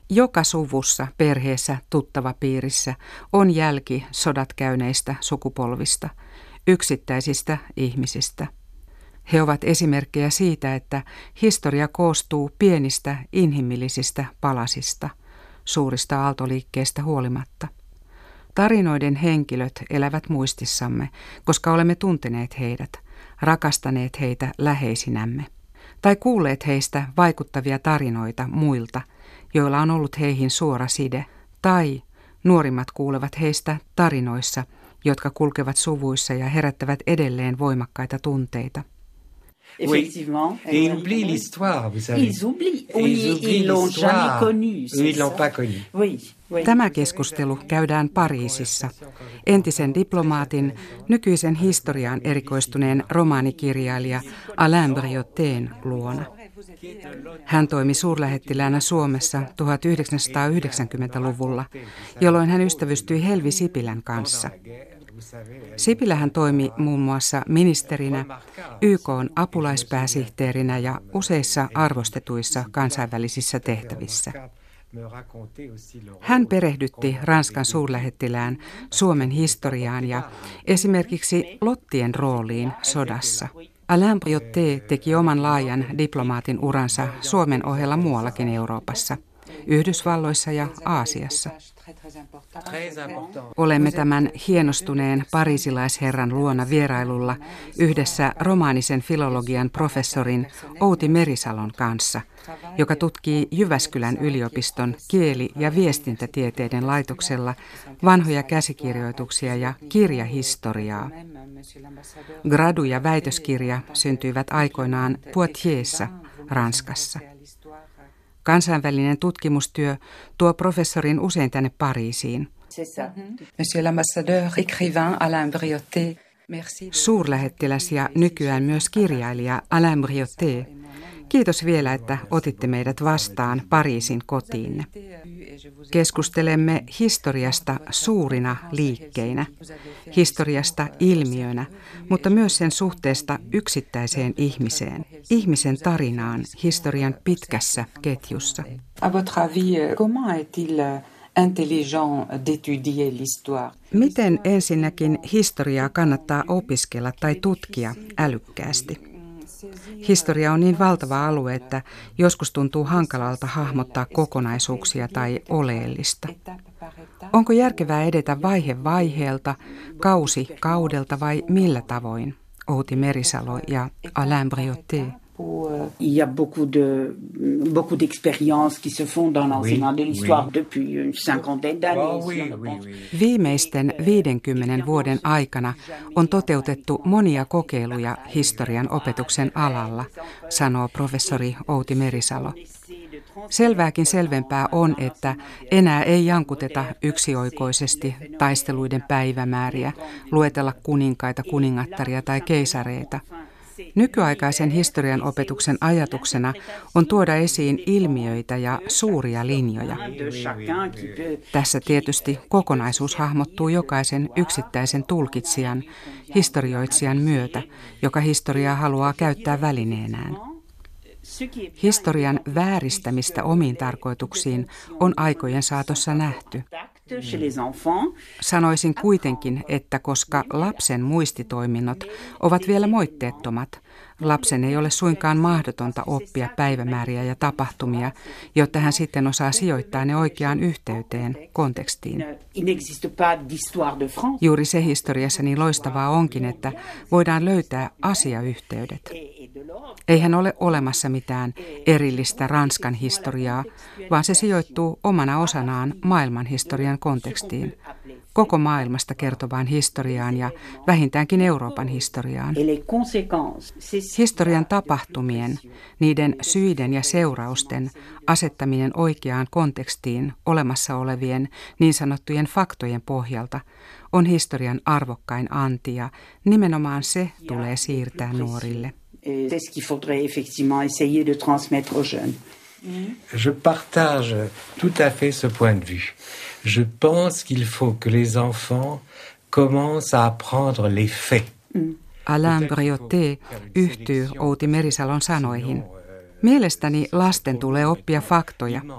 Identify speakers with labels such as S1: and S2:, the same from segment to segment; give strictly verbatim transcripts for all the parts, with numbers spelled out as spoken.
S1: Joka suvussa, perheessä, tuttavapiirissä on jälki sodat käyneistä sukupolvista, yksittäisistä ihmisistä. He ovat esimerkkejä siitä, että historia koostuu pienistä inhimillisistä palasista, suurista aaltoliikkeistä huolimatta. Tarinoiden henkilöt elävät muistissamme, koska olemme tunteneet heidät, rakastaneet heitä läheisinämme, tai kuulleet heistä vaikuttavia tarinoita muilta, joilla on ollut heihin suora side, tai nuorimmat kuulevat heistä tarinoissa, jotka kulkevat suvuissa ja herättävät edelleen voimakkaita tunteita.
S2: Effectivement. Et ils oublient l'histoire, vous savez. Ils oublient. Ils ils l'ont jamais connue. Ils l'ont pas connue. Oui.
S1: Tämä keskustelu käydään Pariisissa, entisen diplomaatin, nykyisen historiaan erikoistuneen romaanikirjailija Alain Briottén luona. Hän toimi suurlähettiläänä Suomessa tuhatyhdeksänsataayhdeksänkymmentäluvulla, jolloin hän ystävystyi Helvi Sipilän kanssa. Sipilähän toimi muun muassa ministerinä, Y K:n apulaispääsihteerinä ja useissa arvostetuissa kansainvälisissä tehtävissä. Hän perehdytti Ranskan suurlähettilään Suomen historiaan ja esimerkiksi lottien rooliin sodassa. Alain Briotté teki oman laajan diplomaatin uransa Suomen ohella muuallakin Euroopassa, Yhdysvalloissa ja Aasiassa. Olemme tämän hienostuneen pariisilaisherran luona vierailulla yhdessä romaanisen filologian professorin Outi Merisalon kanssa, joka tutkii Jyväskylän yliopiston kieli- ja viestintätieteiden laitoksella vanhoja käsikirjoituksia ja kirjahistoriaa. Gradu- ja väitöskirja syntyivät aikoinaan Poitiersissa, Ranskassa. Kansainvälinen tutkimustyö tuo professorin usein tänne Pariisiin.
S3: Monsieur l'ambassadeur, écrivain Alain Briotté.
S1: Suurlähettiläs ja nykyään myös kirjailija Alain Briotté. Kiitos vielä, että otitte meidät vastaan Pariisin kotiinne. Keskustelemme historiasta suurina liikkeinä, historiasta ilmiönä, mutta myös sen suhteesta yksittäiseen ihmiseen, ihmisen tarinaan historian pitkässä ketjussa.
S3: À votre avis, comment est-il intelligent d'étudier l'histoire?
S1: Miten ensinnäkin historiaa kannattaa opiskella tai tutkia älykkäästi? Historia on niin valtava alue, että joskus tuntuu hankalalta hahmottaa kokonaisuuksia tai oleellista. Onko järkevää edetä vaihe vaiheelta, kausi kaudelta vai millä tavoin? Outi Merisalo ja Alain Briotté.
S2: Il y a beaucoup de beaucoup d'expériences qui se font dans l'enseignement de l'histoire depuis une cinquantaine d'années.
S1: Viimeisten viidenkymmenen vuoden aikana on toteutettu monia kokeiluja historian opetuksen alalla, sanoo professori Outi Merisalo. Selvääkin selvempää on, että enää ei jankuteta yksioikoisesti taisteluiden päivämääriä, luetella kuninkaita, kuningattaria tai keisareita. Nykyaikaisen historian opetuksen ajatuksena on tuoda esiin ilmiöitä ja suuria linjoja. Tässä tietysti kokonaisuus hahmottuu jokaisen yksittäisen tulkitsijan, historioitsijan myötä, joka historiaa haluaa käyttää välineenään. Historian vääristämistä omiin tarkoituksiin on aikojen saatossa nähty. Sanoisin kuitenkin, että koska lapsen muistitoiminnot ovat vielä moitteettomat, lapsen ei ole suinkaan mahdotonta oppia päivämääriä ja tapahtumia, jotta hän sitten osaa sijoittaa ne oikeaan yhteyteen, kontekstiin. Juuri se historiassa niin loistavaa onkin, että voidaan löytää asiayhteydet. Eihän ole olemassa mitään erillistä Ranskan historiaa, vaan se sijoittuu omana osanaan maailmanhistorian kontekstiin, koko maailmasta kertovaan historiaan ja vähintäänkin Euroopan historiaan. Historian tapahtumien, niiden syiden ja seurausten asettaminen oikeaan kontekstiin olemassa olevien niin sanottujen faktojen pohjalta on historian arvokkain anti ja nimenomaan se tulee siirtää nuorille.
S2: C'est ce qu'il faudrait effectivement essayer de transmettre aux jeunes.
S4: Je partage tout à fait ce point de vue. Je pense qu'il faut que les enfants commencent à apprendre les faits.
S1: Alain Briotté yhtyy Outi Merisalon sanoihin. Mielestäni lasten tulee oppia faktoja.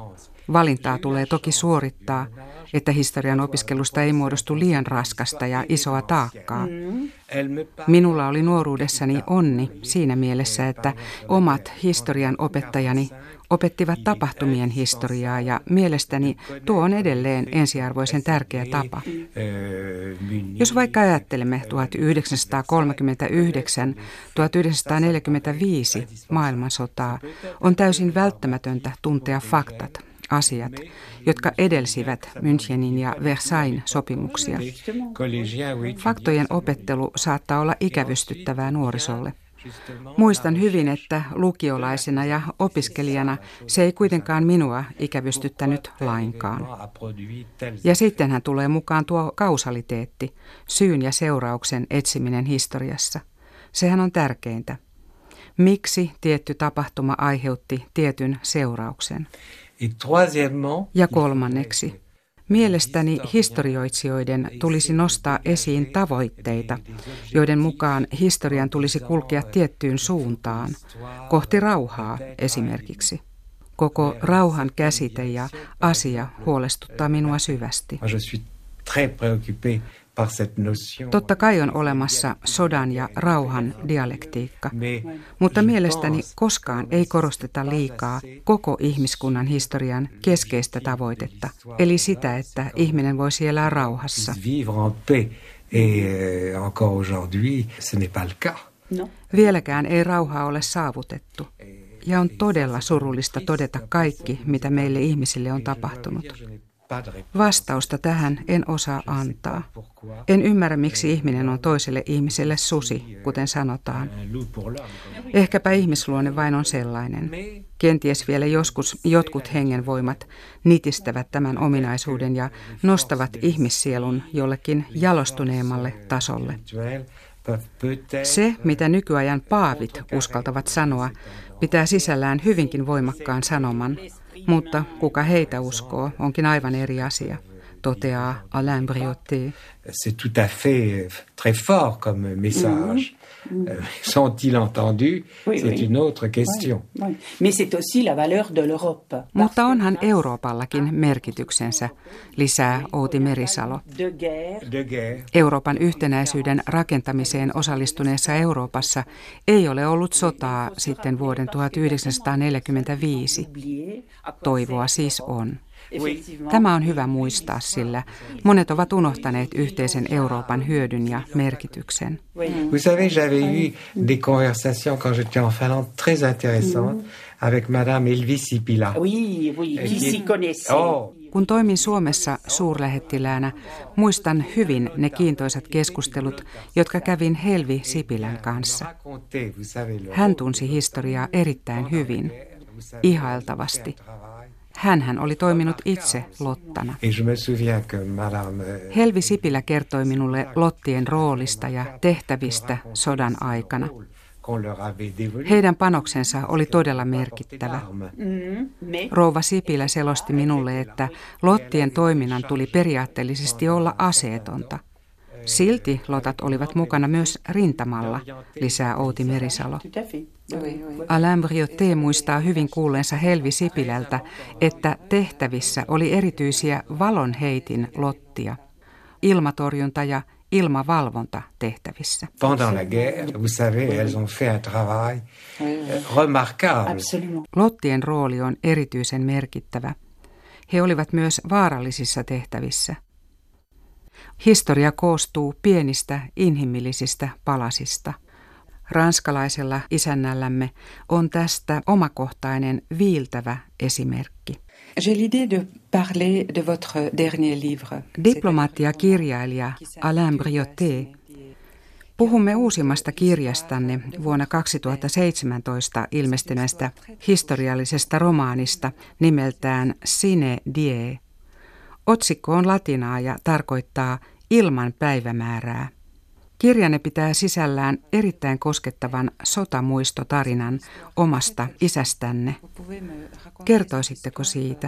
S1: Valintaa tulee toki suorittaa, että historian opiskelusta ei muodostu liian raskasta ja isoa taakkaa. Minulla oli nuoruudessani onni siinä mielessä, että omat historian opettajani opettivat tapahtumien historiaa ja mielestäni tuo on edelleen ensiarvoisen tärkeä tapa. Jos vaikka ajattelemme tuhatyhdeksänsataakolmekymmentäyhdeksän tuhatyhdeksänsataaneljäkymmentäviisi maailmansotaa, on täysin välttämätöntä tuntea faktat, asiat, jotka edelsivät Münchenin ja Versailles sopimuksia. Faktojen opettelu saattaa olla ikävystyttävää nuorisolle. Muistan hyvin, että lukiolaisena ja opiskelijana se ei kuitenkaan minua ikävystyttänyt lainkaan. Ja sittenhän tulee mukaan tuo kausaliteetti, syyn ja seurauksen etsiminen historiassa. Sehän on tärkeintä. Miksi tietty tapahtuma aiheutti tietyn seurauksen? Ja kolmanneksi, mielestäni historioitsijoiden tulisi nostaa esiin tavoitteita, joiden mukaan historian tulisi kulkea tiettyyn suuntaan, kohti rauhaa esimerkiksi. Koko rauhan käsite ja asia huolestuttaa minua syvästi. Totta kai on olemassa sodan ja rauhan dialektiikka, mutta mielestäni koskaan ei korosteta liikaa koko ihmiskunnan historian keskeistä tavoitetta, eli sitä, että ihminen voisi elää rauhassa. Vieläkään ei rauhaa ole saavutettu, ja on todella surullista todeta kaikki, mitä meille ihmisille on tapahtunut. Vastausta tähän en osaa antaa. En ymmärrä, miksi ihminen on toiselle ihmiselle susi, kuten sanotaan. Ehkäpä ihmisluonne vain on sellainen. Kenties vielä joskus jotkut hengenvoimat nitistävät tämän ominaisuuden ja nostavat ihmissielun jollekin jalostuneemmalle tasolle. Se, mitä nykyajan paavit uskaltavat sanoa, pitää sisällään hyvinkin voimakkaan sanoman, mutta kuka heitä uskoo, onkin aivan eri asia, toteaa Alain Brioté.
S4: C'est tout à fait très fort comme message. Sont-ils entendus? C'est une autre question.
S2: Mais c'est aussi la valeur de l'Europe.
S1: Mutta onhan Euroopallakin merkityksensä, lisää Outi Merisalo. Euroopan yhtenäisyyden rakentamiseen osallistuneessa Euroopassa ei ole ollut sotaa sitten vuoden tuhatyhdeksänsataaneljäkymmentäviisi. Toivoa siis on. Tämä on hyvä muistaa, sillä monet ovat unohtaneet yhteisen Euroopan hyödyn ja merkityksen.
S4: Vous savez, j'avais eu des conversations quand j'étais en Finlande très intéressantes avec Madame Elvi Sipilä.
S2: Oui, oui, qui s'y connaissait.
S4: Oh.
S1: Kun toimin Suomessa suurlähettiläänä, muistan hyvin ne kiintoisat keskustelut, jotka kävin Helvi Sipilän kanssa. Hän tunsi historiaa erittäin hyvin, ihailtavasti. Hänhän oli toiminut itse lottana. Helvi Sipilä kertoi minulle lottien roolista ja tehtävistä sodan aikana. Heidän panoksensa oli todella merkittävä. Rouva Sipilä selosti minulle, että lottien toiminnan tuli periaatteellisesti olla aseetonta. Silti lotat olivat mukana myös rintamalla, lisää Outi Merisalo. Alain Brioté muistaa hyvin kuulleensa Helvi Sipilältä, että tehtävissä oli erityisiä valonheitin lottia, ilmatorjunta ja ilmavalvonta tehtävissä.
S4: Pendant la guerre, vous savez, elles ont fait un travail remarquable.
S1: Lottien rooli on erityisen merkittävä. He olivat myös vaarallisissa tehtävissä. Historia koostuu pienistä inhimillisistä palasista. Ranskalaisella isännällämme on tästä omakohtainen viiltävä esimerkki.
S3: J'ai l'idée de parler de votre dernier livre.
S1: Diplomaatti ja kirjailija Alain Brioté. Puhumme uusimmasta kirjastanne vuonna kaksituhattaseitsemäntoista ilmestyneestä historiallisesta romaanista nimeltään Sine Die. Otsikko on latinaa ja tarkoittaa ilman päivämäärää. Kirjanne pitää sisällään erittäin koskettavan sotamuistotarinan omasta isästänne. Kertoisitteko siitä?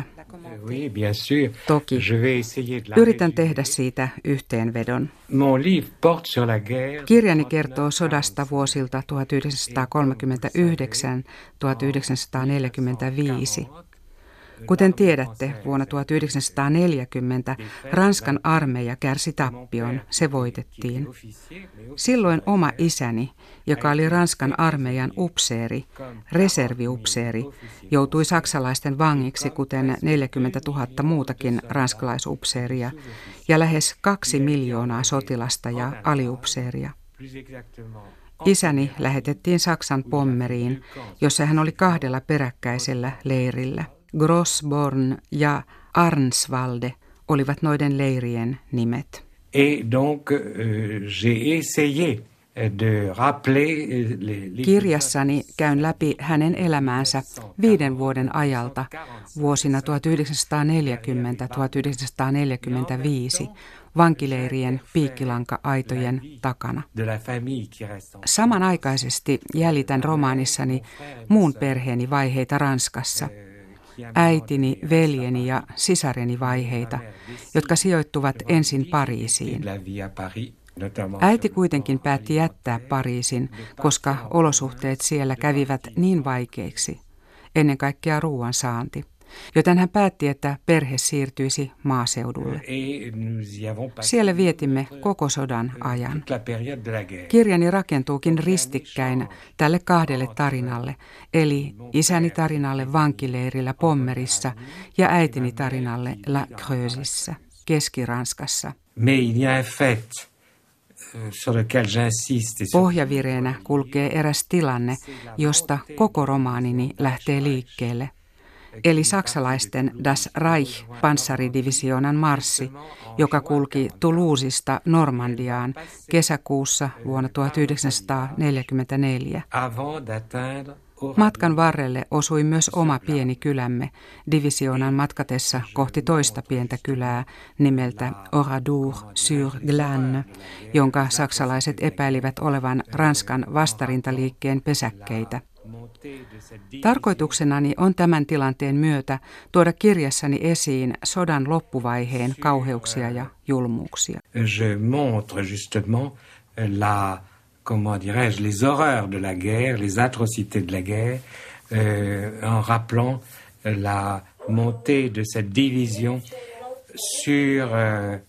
S1: Toki. Yritän tehdä siitä yhteenvedon. Kirjani kertoo sodasta vuosilta tuhatyhdeksänsataakolmekymmentäyhdeksän tuhatyhdeksänsataaneljäkymmentäviisi. Kuten tiedätte, vuonna tuhatyhdeksänsataaneljäkymmentä Ranskan armeija kärsi tappion, se voitettiin. Silloin oma isäni, joka oli Ranskan armeijan upseeri, reserviupseeri, joutui saksalaisten vangiksi, kuten neljäkymmentätuhatta muutakin ranskalaisupseeria ja lähes kaksi miljoonaa sotilasta ja aliupseeria. Isäni lähetettiin Saksan Pommeriin, jossa hän oli kahdella peräkkäisellä leirillä. Grossborn ja Arnsvalde olivat noiden leirien nimet.
S4: Et donc euh, j'ai essayé de rappeler les...
S1: Kirjassani käyn läpi hänen elämäänsä viiden vuoden ajalta vuosina tuhatyhdeksänsataaneljäkymmentä tuhatyhdeksänsataaneljäkymmentäviisi vankileirien piikkilanka-aitojen takana. Samanaikaisesti jäljitän romaanissani muun perheeni vaiheita Ranskassa. Äitini, veljeni ja sisareni vaiheita, jotka sijoittuvat ensin Pariisiin. Äiti kuitenkin päätti jättää Pariisin, koska olosuhteet siellä kävivät niin vaikeiksi, ennen kaikkea ruoan saanti, joten hän päätti, että perhe siirtyisi maaseudulle. Siellä vietimme koko sodan ajan. Kirjani rakentuukin ristikkäin tälle kahdelle tarinalle, eli isäni tarinalle vankileirillä Pommerissa ja äitini tarinalle La Creusissa, Keski-Ranskassa. Pohjavireenä kulkee eräs tilanne, josta koko romaanini lähtee liikkeelle. Eli saksalaisten Das Reich-panssaridivisionan marssi, joka kulki Toulousesta Normandiaan kesäkuussa vuonna tuhatyhdeksänsataaneljäkymmentäneljä. Matkan varrelle osui myös oma pieni kylämme divisioonan matkatessa kohti toista pientä kylää nimeltä Oradour-sur-Glane, jonka saksalaiset epäilivät olevan Ranskan vastarintaliikkeen pesäkkeitä. Tarkoituksenani on tämän tilanteen myötä tuoda kirjassani esiin sodan loppuvaiheen kauheuksia ja julmuuksia.
S4: Je montre justement la, comment dirais-je, les horreurs de la guerre, les atrocités de la guerre, euh, en rappelant la montée de cette division sur, euh,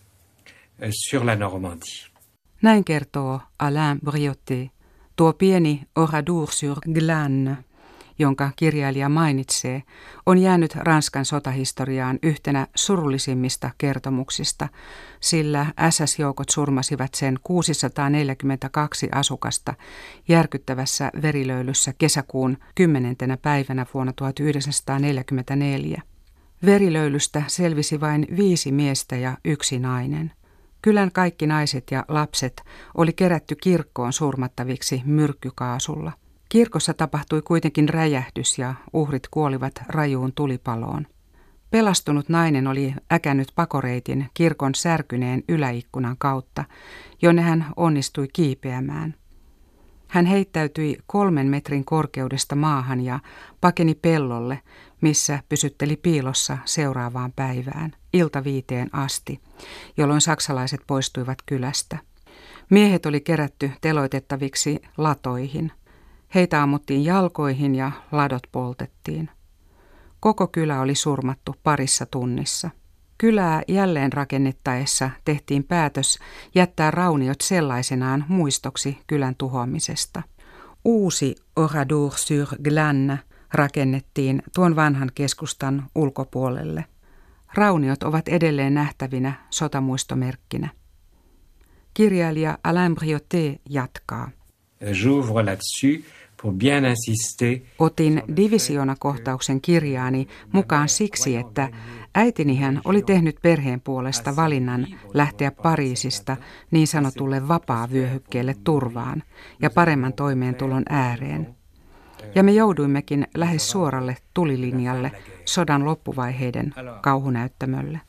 S4: sur la Normandie.
S1: Näin kertoo Alain Briotet. Tuo pieni Oradour-sur-Glane, jonka kirjailija mainitsee, on jäänyt Ranskan sotahistoriaan yhtenä surullisimmista kertomuksista, sillä S S-joukot surmasivat sen kuusisataaneljäkymmentäkaksi asukasta järkyttävässä verilöylyssä kesäkuun kymmenentenä päivänä vuonna tuhatyhdeksänsataaneljäkymmentäneljä. Verilöylystä selvisi vain viisi miestä ja yksi nainen. Kylän kaikki naiset ja lapset oli kerätty kirkkoon surmattaviksi myrkkykaasulla. Kirkossa tapahtui kuitenkin räjähdys ja uhrit kuolivat rajuun tulipaloon. Pelastunut nainen oli äkännyt pakoreitin kirkon särkyneen yläikkunan kautta, jonne hän onnistui kiipeämään. Hän heittäytyi kolmen metrin korkeudesta maahan ja pakeni pellolle, missä pysytteli piilossa seuraavaan päivään, iltaviiteen asti, jolloin saksalaiset poistuivat kylästä. Miehet oli kerätty teloitettaviksi latoihin. Heitä ammuttiin jalkoihin ja ladot poltettiin. Koko kylä oli surmattu parissa tunnissa. Kylää jälleen rakennettaessa tehtiin päätös jättää rauniot sellaisenaan muistoksi kylän tuhoamisesta. Uusi Oradour-sur-Glane rakennettiin tuon vanhan keskustan ulkopuolelle. Rauniot ovat edelleen nähtävinä sotamuistomerkkinä. Kirjailija Alain Briotet jatkaa.
S4: J'ouvre là-dessus pour bien insister.
S1: Otin divisioonakohtauksen kirjaani mukaan siksi, että äitinihän oli tehnyt perheen puolesta valinnan lähteä Pariisista niin sanotulle vapaa-vyöhykkeelle turvaan ja paremman toimeentulon ääreen. Ja me jouduimmekin lähes suoralle tulilinjalle sodan loppuvaiheiden kauhunäyttämölle.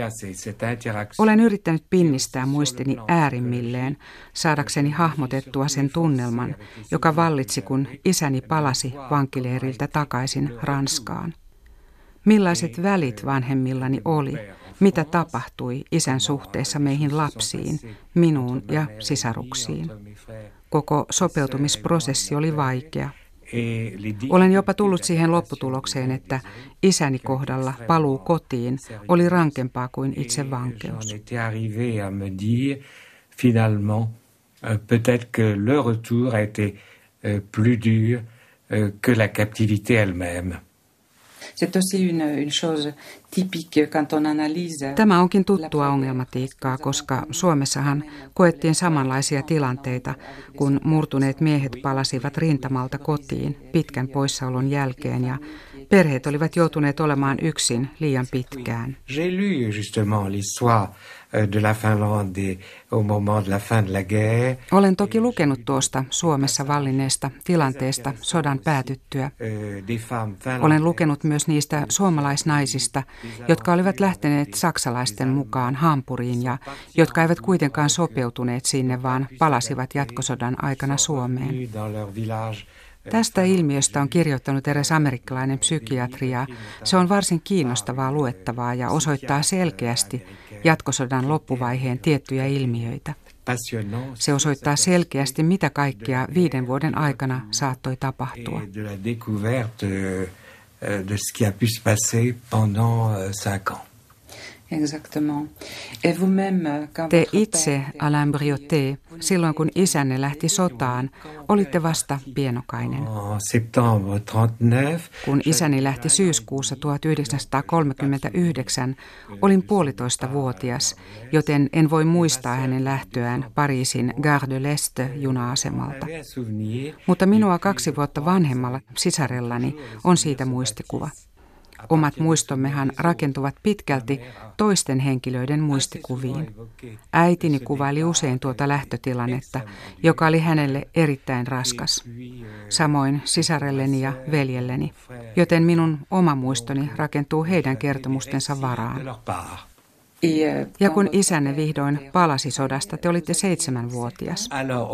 S1: Olen yrittänyt pinnistää muistini äärimmilleen, saadakseni hahmotettua sen tunnelman, joka vallitsi, kun isäni palasi vankileiriltä takaisin Ranskaan. Millaiset välit vanhemmillani oli, mitä tapahtui isän suhteessa meihin lapsiin, minuun ja sisaruksiin. Koko sopeutumisprosessi oli vaikea. Olen jopa tullut siihen lopputulokseen, että isäni kohdalla paluu kotiin oli rankempaa kuin itse vankeus.
S4: Finalement, peut-être que le retour a été plus dur que la captivité elle-même.
S3: C'est aussi une, une chose typique quand on analyse.
S1: Tämä onkin tuttua ongelmatiikkaa, koska Suomessahan koettiin samanlaisia tilanteita, kun murtuneet miehet palasivat rintamalta kotiin pitkän poissaolon jälkeen ja perheet olivat joutuneet olemaan yksin liian pitkään.
S4: J'ai lu justement l'histoire de la Finlande au moment de la fin de la guerre.
S1: Olen toki lukenut tuosta Suomessa vallinneesta tilanteesta sodan päätyttyä. Olen lukenut myös niistä suomalaisnaisista, jotka olivat lähteneet saksalaisten mukaan Hampuriin ja jotka eivät kuitenkaan sopeutuneet sinne, vaan palasivat jatkosodan aikana Suomeen. Tästä ilmiöstä on kirjoittanut eräs amerikkalainen psykiatri ja se on varsin kiinnostavaa luettavaa ja osoittaa selkeästi jatkosodan loppuvaiheen tiettyjä ilmiöitä. Se osoittaa selkeästi, mitä kaikkea viiden vuoden aikana saattoi tapahtua. Te itse, Alain Briotet, silloin kun isänne lähti sotaan, olitte vasta pienokainen. Kun isäni lähti syyskuussa tuhatyhdeksänsataakolmekymmentäyhdeksän, olin puolitoista vuotias, joten en voi muistaa hänen lähtöään Pariisin Gare de l'Est-juna-asemalta. Mutta minua kaksi vuotta vanhemmalla sisarellani on siitä muistikuva. Omat muistommehan rakentuvat pitkälti toisten henkilöiden muistikuviin. Äitini kuvaili usein tuota lähtötilannetta, joka oli hänelle erittäin raskas. Samoin sisarelleni ja veljelleni, joten minun oma muistoni rakentuu heidän kertomustensa varaan. Ja kun isänne vihdoin palasi sodasta, te olitte seitsemänvuotias.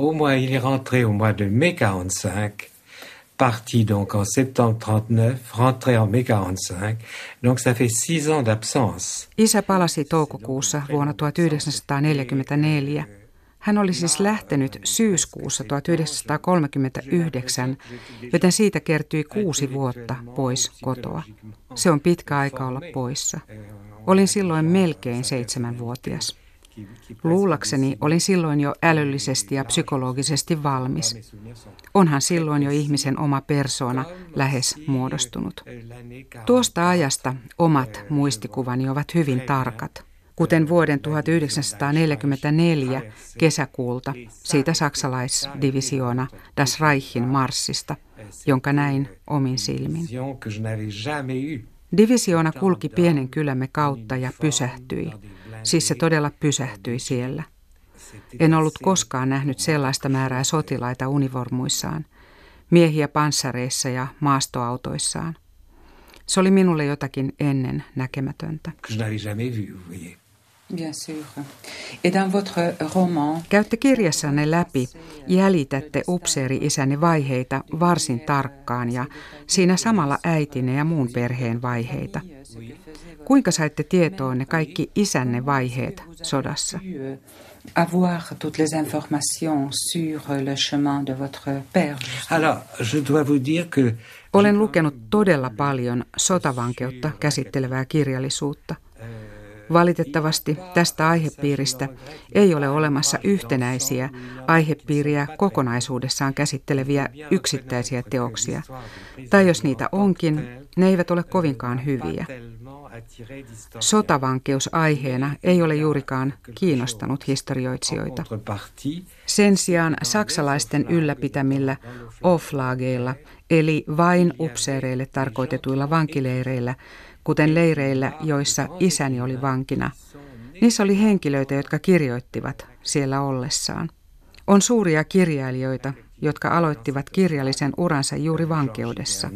S4: Parti donc en septembre trente-neuf, rentré en mai quarante-cinq, donc ça fait six ans d'absence.
S1: Isä palasi toukokuussa vuonna tuhatyhdeksänsataaneljäkymmentäneljä. Hän oli siis lähtenyt syyskuussa tuhatyhdeksänsataakolmekymmentäyhdeksän, joten siitä kertyi kuusi vuotta pois kotoa. Se on pitkä aika olla poissa. Olin silloin melkein seitsemänvuotias. Luullakseni olin silloin jo älyllisesti ja psykologisesti valmis. Onhan silloin jo ihmisen oma persoona lähes muodostunut. Tuosta ajasta omat muistikuvani ovat hyvin tarkat, kuten vuoden tuhatyhdeksänsataaneljäkymmentäneljä kesäkuulta siitä saksalaisdivisioona Das Reichin marssista, jonka näin omin silmin. Divisioona kulki pienen kylämme kautta ja pysähtyi. Siis se todella pysähtyi siellä. En ollut koskaan nähnyt sellaista määrää sotilaita univormuissaan, miehiä panssareissa ja maastoautoissaan. Se oli minulle jotakin ennen näkemätöntä. Käytte kirjassanne läpi, jäljitätte upseeri-isänne vaiheita varsin tarkkaan ja siinä samalla äitinne ja muun perheen vaiheita. Kuinka saitte tietoon ne kaikki isänne vaiheet sodassa?
S3: Avoir toutes les informations sur le chemin de votre père.
S4: Alors, je dois vous dire que
S1: olen lukenut todella paljon sotavankeutta käsittelevää kirjallisuutta. Valitettavasti tästä aihepiiristä ei ole olemassa yhtenäisiä aihepiiriä kokonaisuudessaan käsitteleviä yksittäisiä teoksia. Tai jos niitä onkin, ne eivät ole kovinkaan hyviä. Sotavankeus aiheena ei ole juurikaan kiinnostanut historioitsijoita. Sen sijaan saksalaisten ylläpitämillä Auflageilla, eli vain upseereille tarkoitetuilla vankileireillä, kuten leireillä, joissa isäni oli vankina, niissä oli henkilöitä, jotka kirjoittivat siellä ollessaan. On suuria kirjailijoita, jotka aloittivat kirjallisen uransa juuri vankeudessa.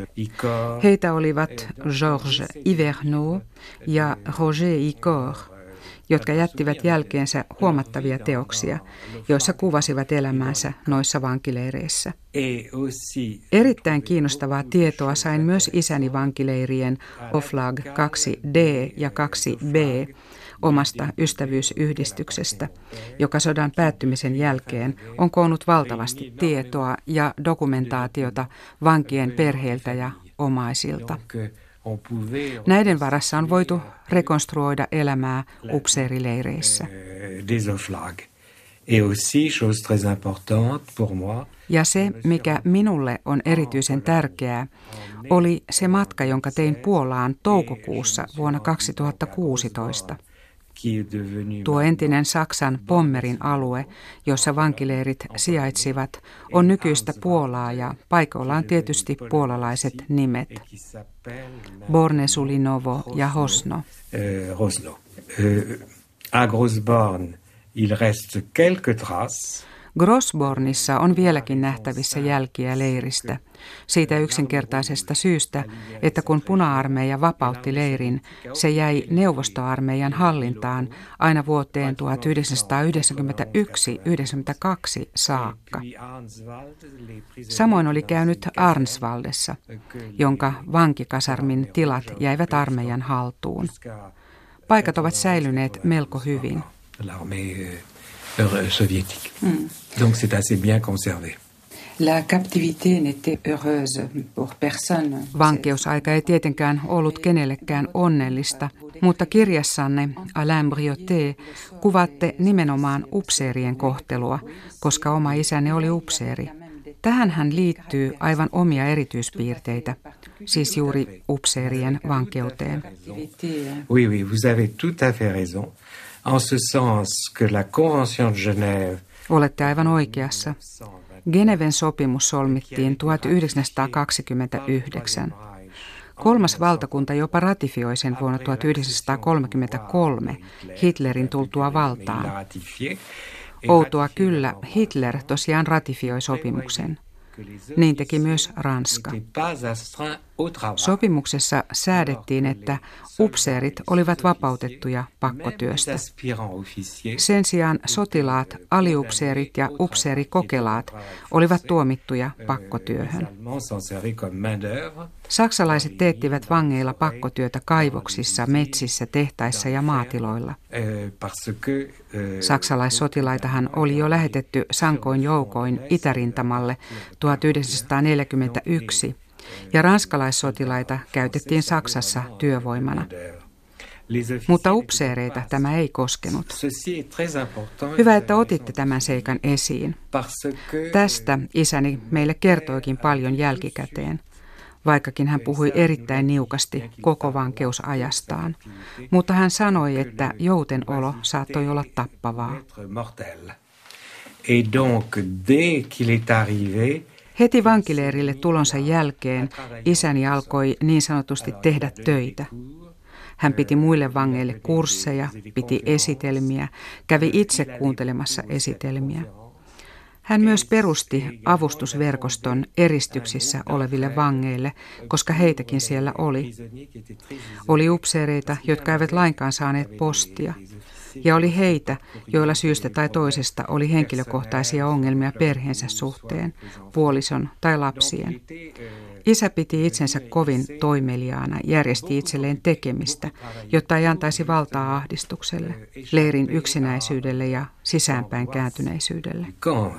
S1: Heitä olivat Georges Yverneau ja Roger Icor, jotka jättivät jälkeensä huomattavia teoksia, joissa kuvasivat elämäänsä noissa vankileireissä. Erittäin kiinnostavaa tietoa sain myös isäni vankileirien Oflag kaksi D ja kaksi B omasta ystävyysyhdistyksestä, joka sodan päättymisen jälkeen on koonnut valtavasti tietoa ja dokumentaatiota vankien perheiltä ja omaisilta. Näiden varassa on voitu rekonstruoida elämää upseerileireissä. Ja se, mikä minulle on erityisen tärkeää, oli se matka, jonka tein Puolaan toukokuussa vuonna kaksituhattakuusitoista. Tuo entinen Saksan Pommerin alue, jossa vankileirit sijaitsivat, on nykyistä Puolaa ja paikoillaan tietysti puolalaiset nimet. Borne-Sulinovo ja Hosno.
S4: À Grossborn, il reste quelques traces.
S1: Grossbornissa on vieläkin nähtävissä jälkiä leiristä, siitä yksinkertaisesta syystä, että kun puna-armeija vapautti leirin, se jäi neuvostoarmeijan hallintaan aina vuoteen tuhatyhdeksänsataayhdeksänkymmentäyksi yhdeksänkymmentäkaksi saakka. Samoin oli käynyt Arnsvaldessa, jonka vankikasarmin tilat jäivät armeijan haltuun. Paikat ovat säilyneet melko hyvin.
S4: Soviétique. Mm. Donc c'est assez bien conservé.
S3: La captivité n'était heureuse pour personne.
S1: Vankeusaika ei tietenkään ollut kenellekään onnellista, mutta kirjassanne Alain Briotet kuvaatte nimenomaan upseerien kohtelua, koska oma isänne oli upseeri. Tähänhän liittyy aivan omia erityispiirteitä, siis juuri upseerien vankeuteen.
S4: Oui, oui, vous avez tout à fait raison. En ce sens que la Convention de Genève.
S1: Olette aivan oikeassa. Geneven sopimus solmittiin tuhatyhdeksänsataakaksikymmentäyhdeksän. Kolmas valtakunta jopa ratifioi sen vuonna tuhatyhdeksänsataakolmekymmentäkolme Hitlerin tultua valtaan. Outoa kyllä, Hitler tosiaan ratifioi sopimuksen. Niin teki myös Ranska. Sopimuksessa säädettiin, että upseerit olivat vapautettuja pakkotyöstä. Sen sijaan sotilaat, aliupseerit ja upseerikokelaat olivat tuomittuja pakkotyöhön. Saksalaiset teettivät vangeilla pakkotyötä kaivoksissa, metsissä, tehtaissa ja maatiloilla. Saksalaissotilaitahan oli jo lähetetty sankoin joukoin itärintamalle tuhatyhdeksänsataaneljäkymmentäyksi ja ranskalaissotilaita käytettiin Saksassa työvoimana. Mutta upseereita tämä ei koskenut. Hyvä, että otitte tämän seikan esiin. Tästä isäni meille kertoikin paljon jälkikäteen, vaikkakin hän puhui erittäin niukasti koko vankeusajastaan. Mutta hän sanoi, että joutenolo saattoi olla tappavaa. Heti vankileirille tulonsa jälkeen isäni alkoi niin sanotusti tehdä töitä. Hän piti muille vangeille kursseja, piti esitelmiä, kävi itse kuuntelemassa esitelmiä. Hän myös perusti avustusverkoston eristyksissä oleville vangeille, koska heitäkin siellä oli. Oli upseereita, jotka eivät lainkaan saaneet postia. Ja oli heitä, joilla syystä tai toisesta oli henkilökohtaisia ongelmia perheensä suhteen, puolison tai lapsien. Isä piti itsensä kovin toimeliaana, järjesti itselleen tekemistä, jotta ei antaisi valtaa ahdistukselle, leirin yksinäisyydelle ja sisäänpäin kääntyneisyydelle.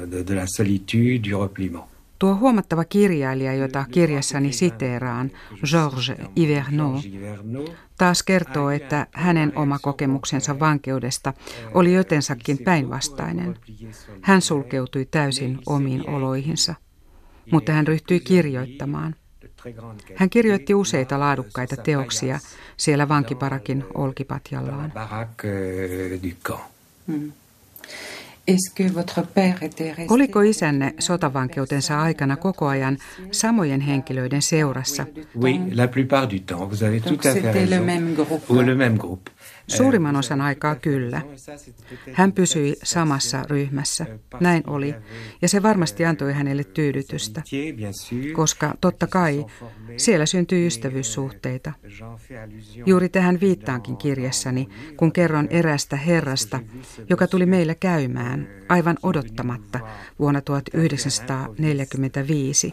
S1: Tuo huomattava kirjailija, jota kirjassani siteeraan, Georges Yvernaud, taas kertoo, että hänen oma kokemuksensa vankeudesta oli jotensakin päinvastainen. Hän sulkeutui täysin omiin oloihinsa, mutta hän ryhtyi kirjoittamaan. Hän kirjoitti useita laadukkaita teoksia siellä vankiparakin olkipatjallaan.
S3: Mm.
S1: Oliko isänne sotavankeutensa aikana koko ajan samojen henkilöiden seurassa?
S4: Oui, la plupart du temps. Vous avez tout à fait raison. Ou le même groupe.
S1: Suurimman osan aikaa kyllä. Hän pysyi samassa ryhmässä. Näin oli. Ja se varmasti antoi hänelle tyydytystä, koska totta kai siellä syntyi ystävyyssuhteita. Juuri tähän viittaankin kirjassani, kun kerron eräästä herrasta, joka tuli meillä käymään aivan odottamatta vuonna tuhatyhdeksänsataaneljäkymmentäviisi.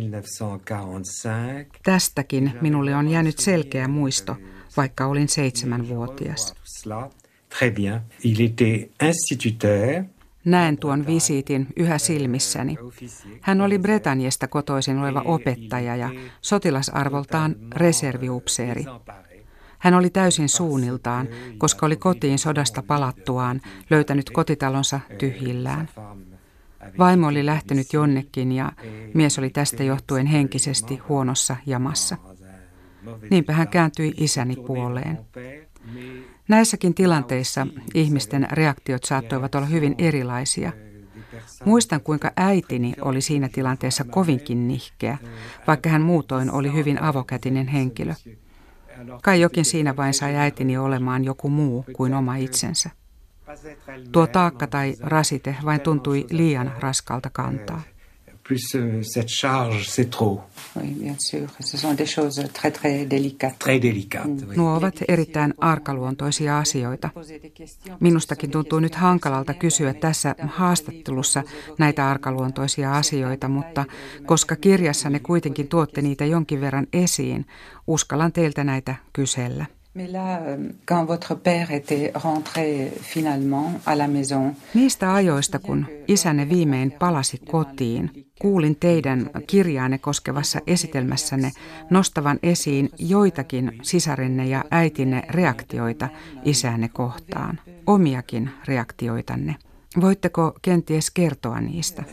S1: Tästäkin minulle on jäänyt selkeä muisto, vaikka olin seitsemänvuotias.
S4: Très bien. Il était instituteur.
S1: Näen tuon visiitin yhä silmissäni. Hän oli Bretagnesta kotoisin oleva opettaja ja sotilasarvoltaan reserviupseeri. Hän oli täysin suunniltaan, koska oli kotiin sodasta palattuaan löytänyt kotitalonsa tyhjillään. Vaimo oli lähtenyt jonnekin ja mies oli tästä johtuen henkisesti huonossa jamassa. Niinpä hän kääntyi isäni puoleen. Näissäkin tilanteissa ihmisten reaktiot saattoivat olla hyvin erilaisia. Muistan, kuinka äitini oli siinä tilanteessa kovinkin nihkeä, vaikka hän muutoin oli hyvin avokätinen henkilö. Kai jokin siinä vain sai äitini olemaan joku muu kuin oma itsensä. Tuo taakka tai rasite vain tuntui liian raskalta kantaa.
S4: Plus cette charge, c'est trop.
S3: Oui, bien sûr. Ce sont des choses très, très délicates.
S4: Très délicates. Oui.
S1: Nuo ovat erittäin arkaluontoisia asioita. Minustakin tuntuu nyt hankalalta kysyä tässä haastattelussa näitä arkaluontoisia asioita, mutta koska kirjassanne kuitenkin tuotte niitä jonkin verran esiin, uskallan teiltä näitä kysellä.
S3: Mais là, quand votre père était rentré finalement à la maison.
S1: Niistä ajoista, kun isänne viimein palasi kotiin, kuulin teidän kirjaanne koskevassa esitelmässänne nostavan esiin joitakin sisarenne ja äitinne reaktioita isänne kohtaan, omiakin reaktioitanne. Voitteko kenties kertoa niistä?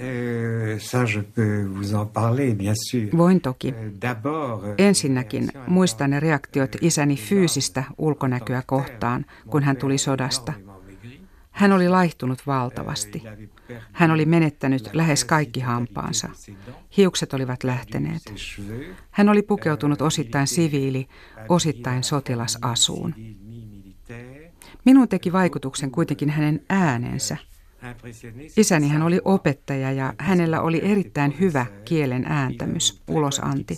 S1: Voin toki. Ensinnäkin muistan ne reaktiot isäni fyysistä ulkonäköä kohtaan, kun hän tuli sodasta. Hän oli laihtunut valtavasti. Hän oli menettänyt lähes kaikki hampaansa. Hiukset olivat lähteneet. Hän oli pukeutunut osittain siviili, osittain sotilasasuun. Minun teki vaikutuksen kuitenkin hänen äänensä. Isäni hän oli opettaja ja hänellä oli erittäin hyvä kielen ääntämys, ulosanti.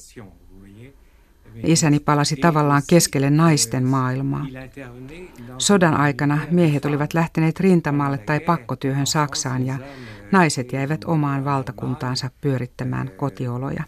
S1: Isäni palasi tavallaan keskelle naisten maailmaa. Sodan aikana miehet olivat lähteneet rintamalle tai pakkotyöhön Saksaan ja naiset jäivät omaan valtakuntaansa pyörittämään kotioloja.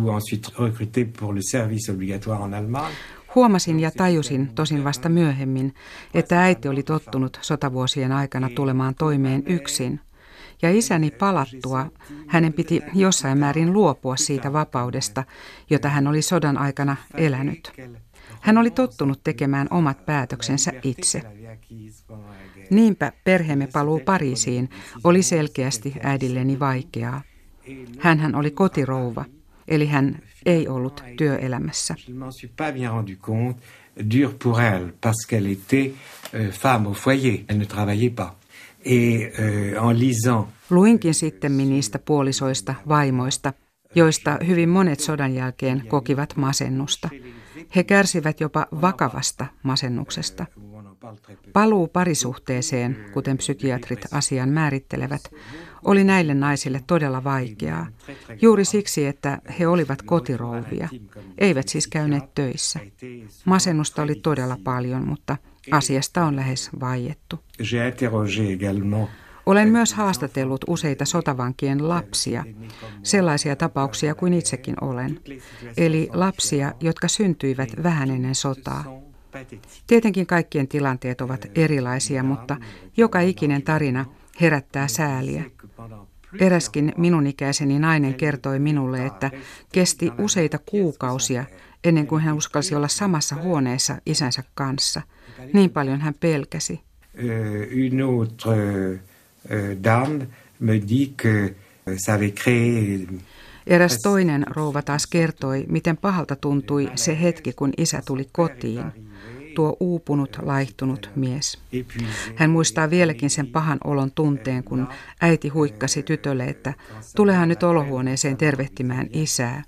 S1: Huomasin ja tajusin tosin vasta myöhemmin, että äiti oli tottunut sotavuosien aikana tulemaan toimeen yksin. Ja isäni palattua hänen piti jossain määrin luopua siitä vapaudesta, jota hän oli sodan aikana elänyt. Hän oli tottunut tekemään omat päätöksensä itse. Niinpä perheemme paluu Pariisiin oli selkeästi äidilleni vaikeaa. Hänhän oli kotirouva, eli hän ei ollut työelämässä.
S4: Dur pour elle parce qu'elle était femme au foyer, elle ne travaillait pas. Et en lisant
S1: Luinkin sitten niistä puolisoista, vaimoista, joista hyvin monet sodan jälkeen kokivat masennusta. He kärsivät jopa vakavasta masennuksesta. Paluu parisuhteeseen, kuten psykiatrit asian määrittelevät, oli näille naisille todella vaikeaa. Juuri siksi, että he olivat kotirouvia, eivät siis käyneet töissä. Masennusta oli todella paljon, mutta asiasta on lähes vaiettu. Olen myös haastatellut useita sotavankien lapsia, sellaisia tapauksia kuin itsekin olen, eli lapsia, jotka syntyivät vähän ennen sotaa. Tietenkin kaikkien tilanteet ovat erilaisia, mutta joka ikinen tarina herättää sääliä. Eräskin minun ikäiseni nainen kertoi minulle, että kesti useita kuukausia ennen kuin hän uskalsi olla samassa huoneessa isänsä kanssa. Niin paljon hän pelkäsi.
S4: Une autre dame me dit que ça avait créé.
S1: Eräs toinen rouva taas kertoi, miten pahalta tuntui se hetki, kun isä tuli kotiin. tuo uupunut, laihtunut mies. Hän muistaa vieläkin sen pahan olon tunteen, kun äiti huikkasi tytölle, että tulehan nyt olohuoneeseen tervehtimään isää.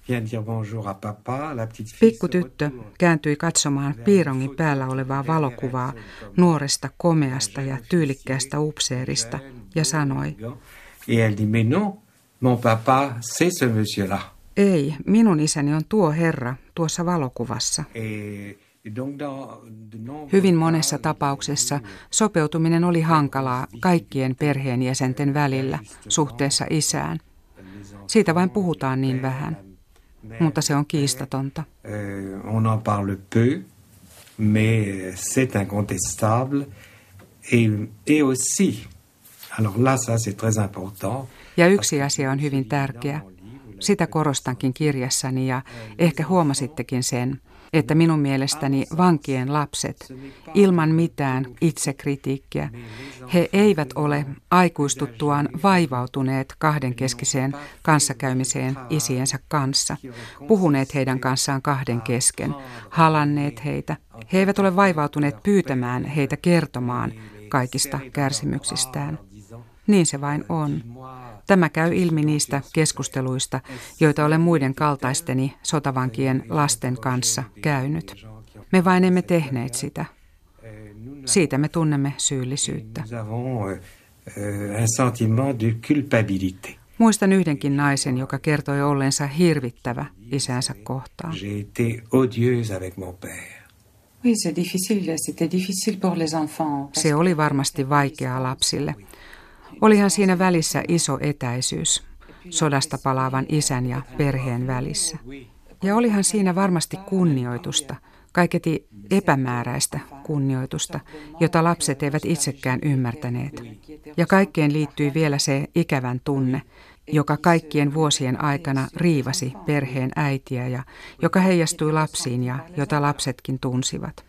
S1: Pikkutyttö kääntyi katsomaan piirongin päällä olevaa valokuvaa nuoresta, komeasta ja tyylikkäästä upseerista ja sanoi, ei, minun isäni on tuo herra tuossa valokuvassa. Hyvin monessa tapauksessa sopeutuminen oli hankalaa kaikkien perheenjäsenten välillä suhteessa isään. Siitä vain puhutaan niin vähän, mutta se on kiistatonta.
S4: On en parle peu, mais c'est incontestable et, et aussi, alors là ça c'est très important.
S1: Ja yksi asia on hyvin tärkeä. Sitä korostankin kirjassani ja ehkä huomasittekin sen, että minun mielestäni vankien lapset, ilman mitään itsekritiikkiä, he eivät ole aikuistuttuaan vaivautuneet kahdenkeskiseen kanssakäymiseen isiensä kanssa, puhuneet heidän kanssaan kahden kesken, halanneet heitä. He eivät ole vaivautuneet pyytämään heitä kertomaan kaikista kärsimyksistään. Niin se vain on. Tämä käy ilmi niistä keskusteluista, joita olen muiden kaltaisteni sotavankien lasten kanssa käynyt. Me vain emme tehneet sitä. Siitä me tunnemme syyllisyyttä. Muistan yhdenkin naisen, joka kertoi olleensa hirvittävä isänsä kohtaan. Se oli varmasti vaikeaa lapsille. Olihan siinä välissä iso etäisyys, sodasta palaavan isän ja perheen välissä. Ja olihan siinä varmasti kunnioitusta, kaiketi epämääräistä kunnioitusta, jota lapset eivät itsekään ymmärtäneet. Ja kaikkeen liittyi vielä se ikävän tunne, joka kaikkien vuosien aikana riivasi perheen äitiä ja joka heijastui lapsiin ja jota lapsetkin tunsivat.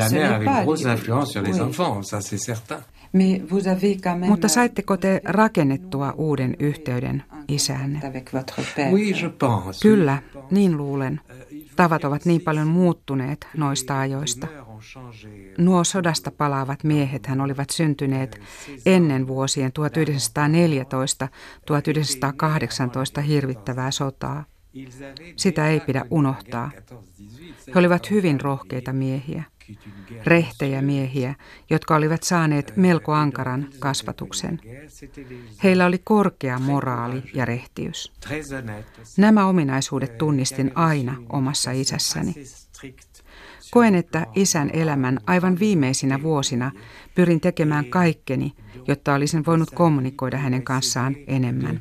S1: Mutta saitteko te rakennettua uuden yhteyden isäänne? Kyllä, niin luulen. Tavat ovat niin paljon muuttuneet noista ajoista. Nuo sodasta palaavat miehethän olivat syntyneet ennen vuosien tuhatyhdeksänsataaneljätoista tuhatyhdeksänsataakahdeksantoista hirvittävää sotaa. Sitä ei pidä unohtaa. He olivat hyvin rohkeita miehiä. Rehtejä miehiä, jotka olivat saaneet melko ankaran kasvatuksen. Heillä oli korkea moraali ja rehtiys. Nämä ominaisuudet tunnistin aina omassa isässäni. Koen, että isän elämän aivan viimeisinä vuosina pyrin tekemään kaikkeni, jotta olisin voinut kommunikoida hänen kanssaan enemmän.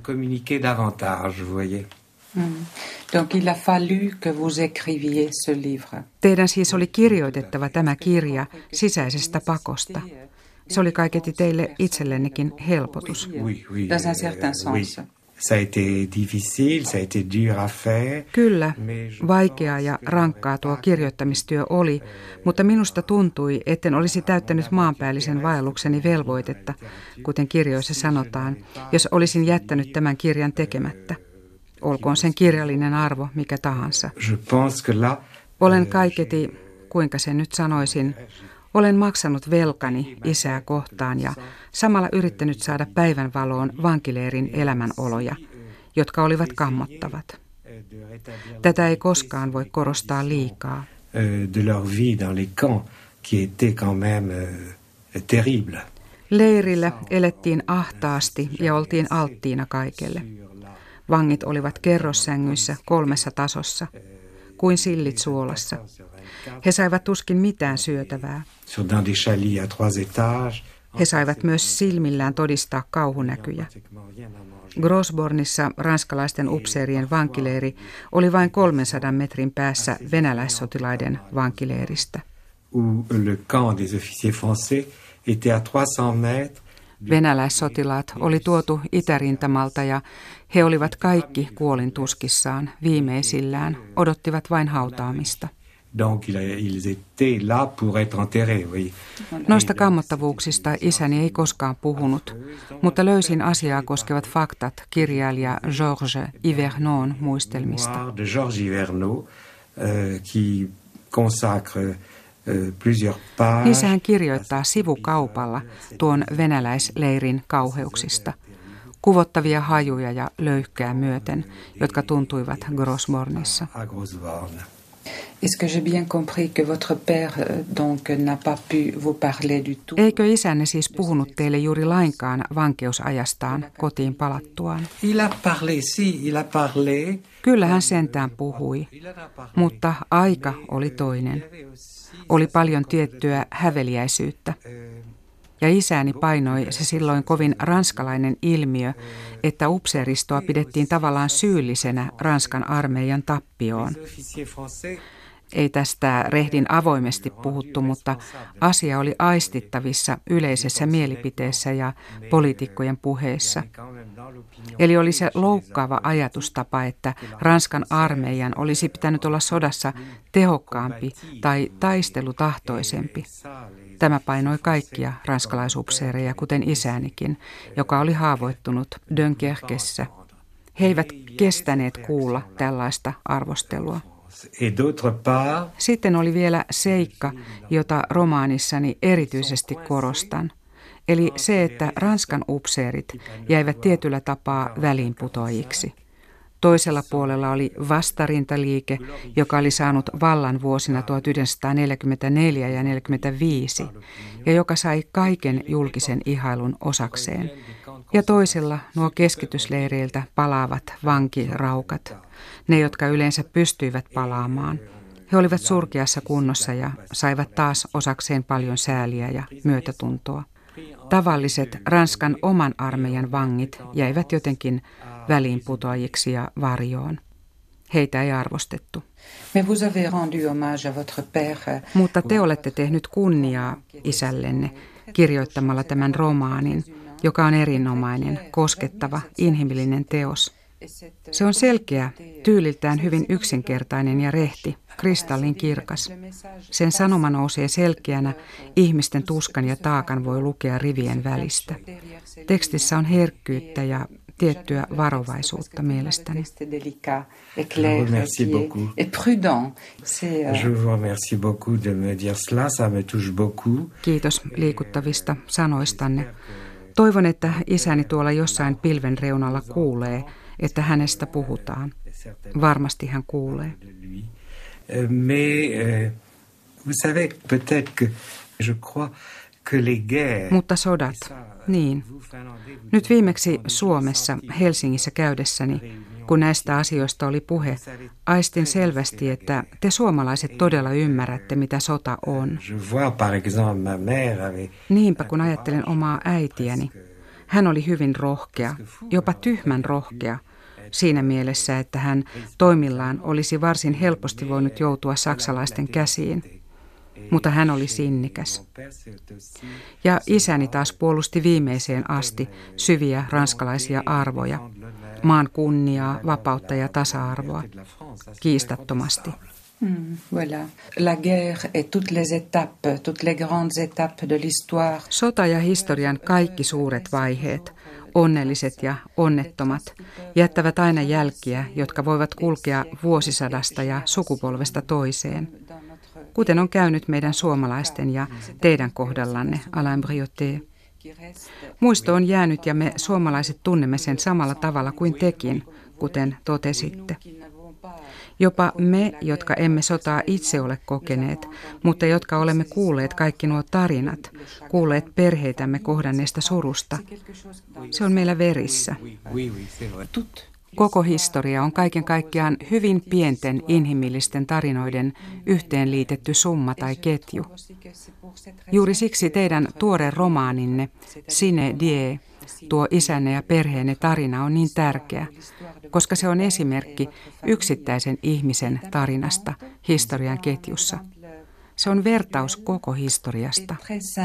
S3: Donc il a fallu que vous écriviez ce livre.
S1: Teidän siis oli kirjoitettava tämä kirja sisäisestä pakosta. Se oli kaiketi teille itsellennekin helpotus.
S3: Dans un certain sens.
S4: Ça a été difficile, ça a été dur à faire.
S1: Kyllä, vaikeaa ja rankkaa tuo kirjoittamistyö oli, mutta minusta tuntui, etten olisi täyttänyt maanpäällisen vaellukseni velvoitetta, kuten kirjoissa sanotaan, jos olisin jättänyt tämän kirjan tekemättä. Olkoon sen kirjallinen arvo mikä tahansa. Olen kaiketi, kuinka sen nyt sanoisin, olen maksanut velkani isää kohtaan ja samalla yrittänyt saada päivänvaloon vankileirin elämänoloja, jotka olivat kammottavat. Tätä ei koskaan voi korostaa liikaa. Leirillä elettiin ahtaasti ja oltiin alttiina kaikelle. Vangit olivat kerrossängyissä kolmessa tasossa, kuin sillit suolassa. He saivat tuskin mitään syötävää. He saivat myös silmillään todistaa kauhunäkyjä. Grosbornissa ranskalaisten upseerien vankileiri oli vain kolmensadan metrin päässä venäläissotilaiden vankileiristä. Venäläissotilaat oli tuotu itärintamalta ja he olivat kaikki kuolintuskissaan, viimeisillään, odottivat vain hautaamista. Noista kammottavuuksista isäni ei koskaan puhunut, mutta löysin asiaa koskevat faktat kirjailija Georges Yvernon muistelmista. Niissä hän kirjoittaa sivukaupalla tuon venäläisleirin kauheuksista, kuvottavia hajuja ja löyhkää myöten, jotka tuntuivat Grosbornissa.
S3: Est-ce que j'ai bien compris que votre père donc n'a pas pu vous parler du tout?
S1: Eikö isänne siis puhunut teille juuri lainkaan vankeusajastaan kotiin palattuaan?
S4: Il a parlé, si, il a parlé.
S1: Kyllä hän sentään puhui, mutta aika oli toinen. Oli paljon tiettyä häveliäisyyttä. Ja isäni painoi se silloin kovin ranskalainen ilmiö, että upseeristoa pidettiin tavallaan syyllisenä Ranskan armeijan tappioon. Ei tästä rehdin avoimesti puhuttu, mutta asia oli aistittavissa yleisessä mielipiteessä ja poliitikkojen puheissa. Eli oli se loukkaava ajatustapa, että Ranskan armeijan olisi pitänyt olla sodassa tehokkaampi tai taistelutahtoisempi. Tämä painoi kaikkia ranskalaisupseereja, kuten isänikin, joka oli haavoittunut Dunkerquessä. He eivät kestäneet kuulla tällaista arvostelua. Sitten oli vielä seikka, jota romaanissani erityisesti korostan. Eli se, että Ranskan upseerit jäivät tietyllä tapaa väliinputoajiksi. Toisella puolella oli vastarintaliike, joka oli saanut vallan vuosina tuhatyhdeksänsataaneljäkymmentäneljä ja neljäkymmentäviisi ja joka sai kaiken julkisen ihailun osakseen. Ja toisella nuo keskitysleireiltä palaavat vankiraukat, ne jotka yleensä pystyivät palaamaan. He olivat surkeassa kunnossa ja saivat taas osakseen paljon sääliä ja myötätuntoa. Tavalliset Ranskan oman armeijan vangit jäivät jotenkin väliinputoajiksi ja varjoon. Heitä ei arvostettu. Mutta te olette tehnyt kunniaa isällenne kirjoittamalla tämän romaanin, joka on erinomainen, koskettava, inhimillinen teos. Se on selkeä, tyyliltään hyvin yksinkertainen ja rehti, kristallin kirkas. Sen sanoma nousee selkeänä, ihmisten tuskan ja taakan voi lukea rivien välistä. Tekstissä on herkkyyttä ja tiettyä varovaisuutta mielestäni. Kiitos liikuttavista sanoistanne. Toivon, että isäni tuolla jossain pilven reunalla kuulee, että hänestä puhutaan. Varmasti hän kuulee. Mutta sodat, niin. Nyt viimeksi Suomessa, Helsingissä käydessäni, kun näistä asioista oli puhe, aistin selvästi, että te suomalaiset todella ymmärrätte, mitä sota on. Niinpä kun ajattelen omaa äitiäni. Hän oli hyvin rohkea, jopa tyhmän rohkea, siinä mielessä, että hän toimillaan olisi varsin helposti voinut joutua saksalaisten käsiin. Mutta hän oli sinnikäs. Ja isäni taas puolusti viimeiseen asti syviä ranskalaisia arvoja, maan kunniaa, vapautta ja tasa-arvoa, kiistattomasti.
S3: Hmm, voilà. La guerre et toutes les étapes, toutes les grandes étapes de l'histoire.
S1: Sota ja historian kaikki suuret vaiheet, onnelliset ja onnettomat, jättävät aina jälkiä, jotka voivat kulkea vuosisadasta ja sukupolvesta toiseen. Kuten on käynyt meidän suomalaisten ja teidän kohdallanne, Alain Briotet. Muisto on jäänyt ja me suomalaiset tunnemme sen samalla tavalla kuin tekin, kuten totesitte. Jopa me, jotka emme sotaa itse ole kokeneet, mutta jotka olemme kuulleet kaikki nuo tarinat, kuulleet perheitämme kohdanneesta surusta, se on meillä verissä. Koko historia on kaiken kaikkiaan hyvin pienten inhimillisten tarinoiden yhteenliitetty summa tai ketju. Juuri siksi teidän tuore romaaninne, Sine Die, tuo isänne ja perheenne tarina on niin tärkeä, koska se on esimerkki yksittäisen ihmisen tarinasta historian ketjussa. Se on vertaus koko historiasta.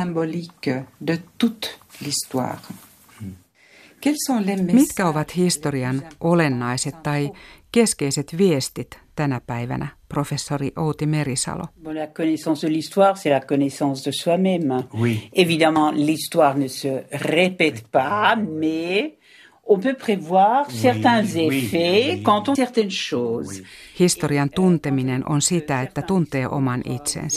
S1: Mitkä ovat historian olennaiset tai keskeiset viestit tänä päivänä, professori Outi Merisalo?
S2: La connaissance de l'histoire, c'est la connaissance de soi-même. Oui. Évidemment, l'histoire ne se répète pas, mais on peut prévoir certains oui, effets oui, quand on certaines choses.
S1: Historian tunteminen on sitä, että tuntee oman itsensä.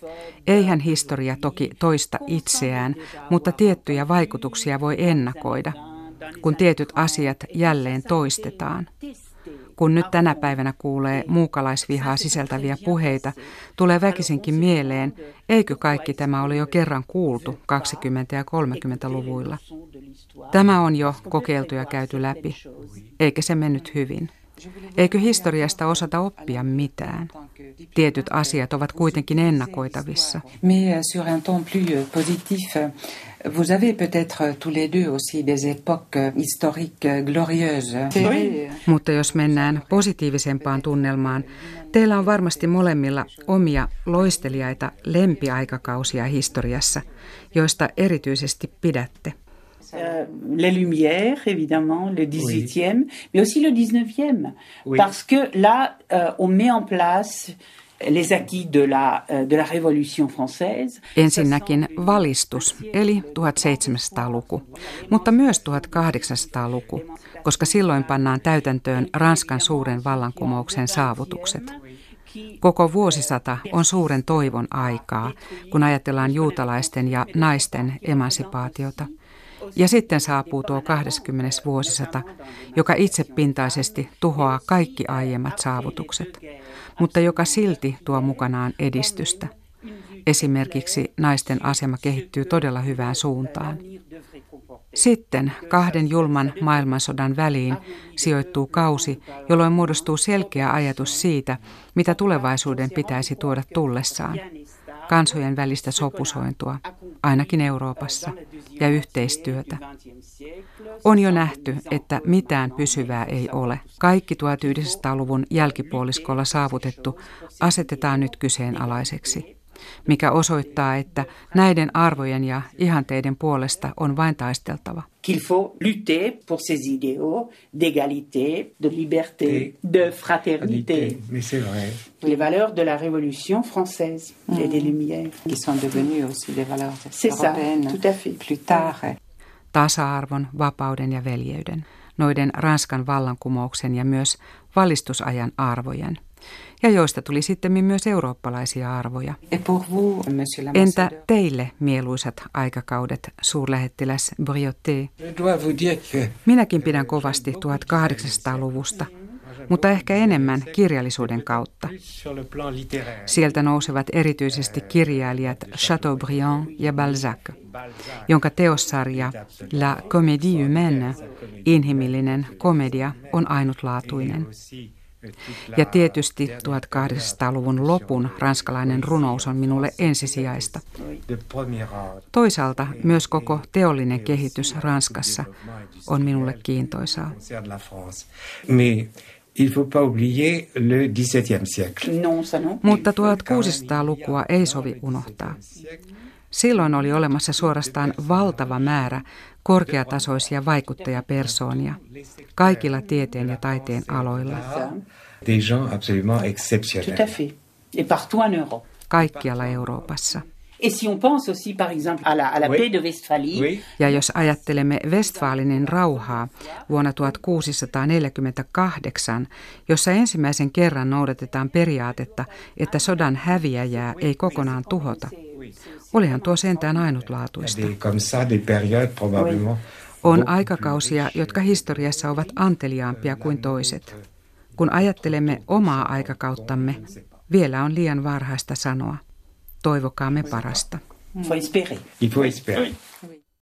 S1: Eihän historia toki toista itseään, mutta tiettyjä vaikutuksia voi ennakoida, kun tietyt asiat jälleen toistetaan. Kun nyt tänä päivänä kuulee muukalaisvihaa sisältäviä puheita, tulee väkisinkin mieleen, eikö kaikki tämä ole jo kerran kuultu kaksikymmentä- ja kolmekymmentäluvuilla. Tämä on jo kokeiltu ja käyty läpi, eikä se mennyt hyvin. Eikö historiasta osata oppia mitään? Tietyt asiat ovat kuitenkin ennakoitavissa.
S3: Mais sur un ton plus positif, vous avez peut-être tous les deux aussi des époques historiques glorieuses.
S1: Mutta jos mennään positiivisempaan tunnelmaan, teillä on varmasti molemmilla omia loistelijaita lempiaikakausia historiassa, joista erityisesti pidätte.
S2: Euh, les Lumières, évidemment, le dix-huitième, oui. mais aussi le dix-neuvième. Oui. Parce que là, euh, on met en place les acquis de la, euh, de la Révolution française.
S1: Ensinnäkin valistus, eli tuhatseitsemänsataaluku, mutta myös tuhatkahdeksansataaluku, koska silloin pannaan täytäntöön Ranskan suuren vallankumouksen saavutukset. Koko vuosisata on suuren toivon aikaa, kun ajatellaan juutalaisten ja naisten emansipaatiota. Ja sitten saapuu tuo kahdeskymmenes vuosisata, joka itsepintaisesti tuhoaa kaikki aiemmat saavutukset, mutta joka silti tuo mukanaan edistystä. Esimerkiksi naisten asema kehittyy todella hyvään suuntaan. Sitten kahden julman maailmansodan väliin sijoittuu kausi, jolloin muodostuu selkeä ajatus siitä, mitä tulevaisuuden pitäisi tuoda tullessaan. Kansojen välistä sopusointua, ainakin Euroopassa, ja yhteistyötä. On jo nähty, että mitään pysyvää ei ole. Kaikki tuhatyhdeksänsataaluvun jälkipuoliskolla saavutettu asetetaan nyt kyseenalaiseksi, mikä osoittaa, että näiden arvojen ja ihanteiden puolesta on vain taisteltava.
S2: Qu'il faut lutter pour ces idéaux d'égalité, de liberté, de fraternité.
S4: Mais c'est vrai.
S2: Les valeurs de la Révolution française mm. et des Lumières.
S3: Qui sont devenues aussi des valeurs
S2: européennes. Tout à fait.
S3: Plus tard.
S1: Tasa-arvon, vapauden ja veljeyden, noiden Ranskan vallankumouksen ja myös valistusajan arvojen, ja joista tuli sitten myös eurooppalaisia arvoja. Entä teille mieluisat aikakaudet, suurlähettiläs Brioté? Minäkin pidän kovasti tuhatkahdeksansataaluvusta, mutta ehkä enemmän kirjallisuuden kautta. Sieltä nousevat erityisesti kirjailijat Chateaubriand ja Balzac, jonka teossarja La Comédie humaine, inhimillinen komedia, on ainutlaatuinen. Ja tietysti tuhatkahdeksansataaluvun lopun ranskalainen runous on minulle ensisijaista. Toisaalta myös koko teollinen kehitys Ranskassa on minulle kiintoisaa.
S4: Il faut pas oublier le dix-septième siècle.
S1: Mutta tuhatkuusisataalukua ei sovi unohtaa. Silloin oli olemassa suorastaan valtava määrä korkeatasoisia vaikuttajapersoonia kaikilla tieteen ja taiteen aloilla.
S4: Des gens absolument exceptionnels.
S2: Tout à fait. Et partout en Europe.
S1: Kaikkialla Euroopassa.
S2: Et si on pense aussi par exemple à la, à la
S4: oui.
S2: paix de Westphalie.
S4: Oui.
S1: Ja jos ajattelemme Westfalenin rauhaa vuonna tuhatkuusisataaneljäkymmentäkahdeksan, jossa ensimmäisen kerran noudatetaan periaatetta, että sodan häviäjää ei kokonaan tuhota. Olihan tuo sentään ainutlaatuista. On aikakausia, jotka historiassa ovat anteliaampia kuin toiset. Kun ajattelemme omaa aikakauttamme, vielä on liian varhaista sanoa. Toivokaamme parasta.
S2: Il faut espérer.
S4: Il faut espérer.